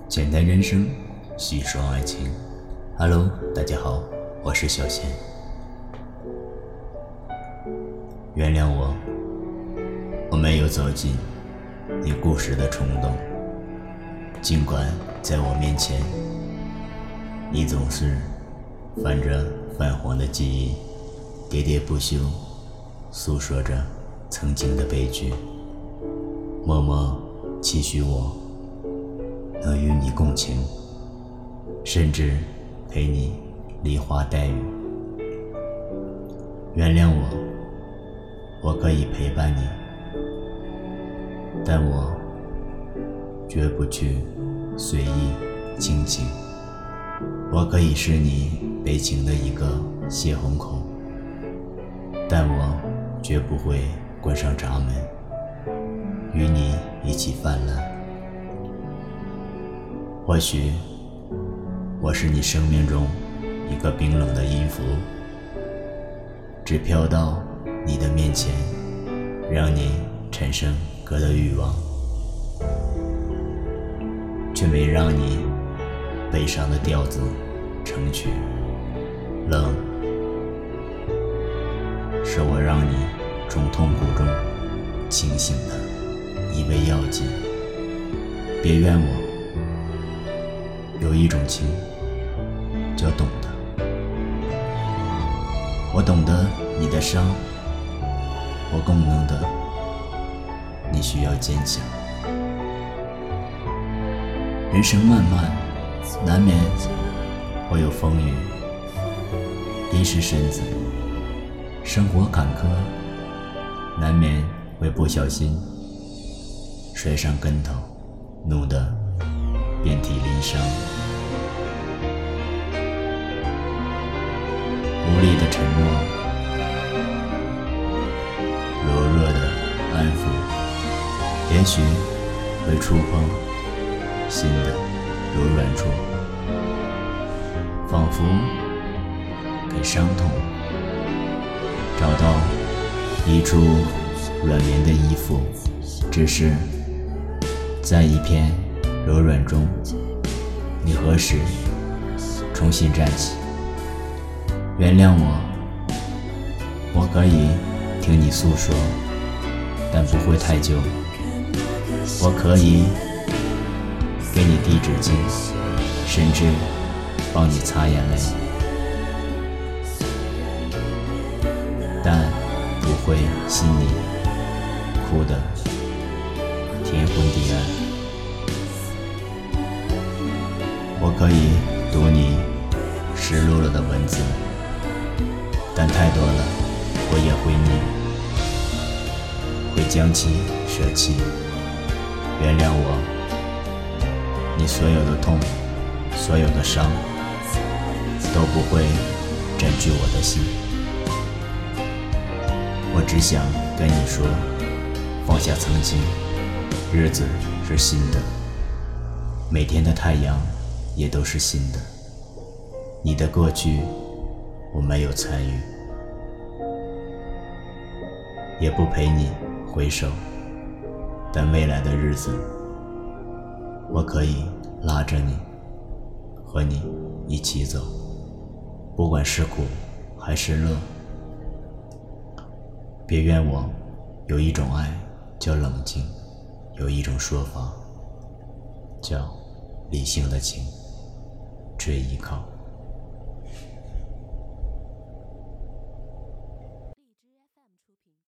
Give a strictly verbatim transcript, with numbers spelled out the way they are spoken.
简单人生，细说爱情。Hello， 大家好，我是小贤。原谅我，我没有走进你故事的冲动，尽管在我面前，你总是泛着泛黄的记忆，喋喋不休，诉说着曾经的悲剧，默默期许我能与你共情，甚至陪你梨花带雨。原谅我，我可以陪伴你，但我绝不去随意倾情。我可以是你悲情的一个泄洪口，但我绝不会关上闸门，与你一起泛滥。或许我是你生命中一个冰冷的音符，只飘到你的面前，让你产生歌的欲望，却没让你悲伤的调子成曲。冷是我让你从痛苦中清醒的一味药剂。别怨我，有一种情叫懂得。我懂得你的伤，我更懂得你需要坚强。人生漫漫，难免会有风雨，滴湿身子；生活坎坷，难免会不小心摔上跟头，怒得遍体鳞伤。无力的承诺，柔弱的安抚，也许会触碰心的柔软处，仿佛给伤痛找到一处软绵的依附。只是在一片柔软中，你何时重新站起？原谅我，我可以听你诉说，但不会太久。我可以给你递纸巾，甚至帮你擦眼泪，但不会心里哭得天昏地暗。我可以读你湿漉了的文字，但太多了我也会腻，会将其舍弃。原谅我，你所有的痛，所有的伤，都不会占据我的心。我只想跟你说，放下曾经，日子是新的，每天的太阳也都是新的。你的过去我没有参与，也不陪你回首，但未来的日子，我可以拉着你，和你一起走，不管是苦还是乐。别怨我，有一种爱叫冷静，有一种说法叫理性的情，追依靠。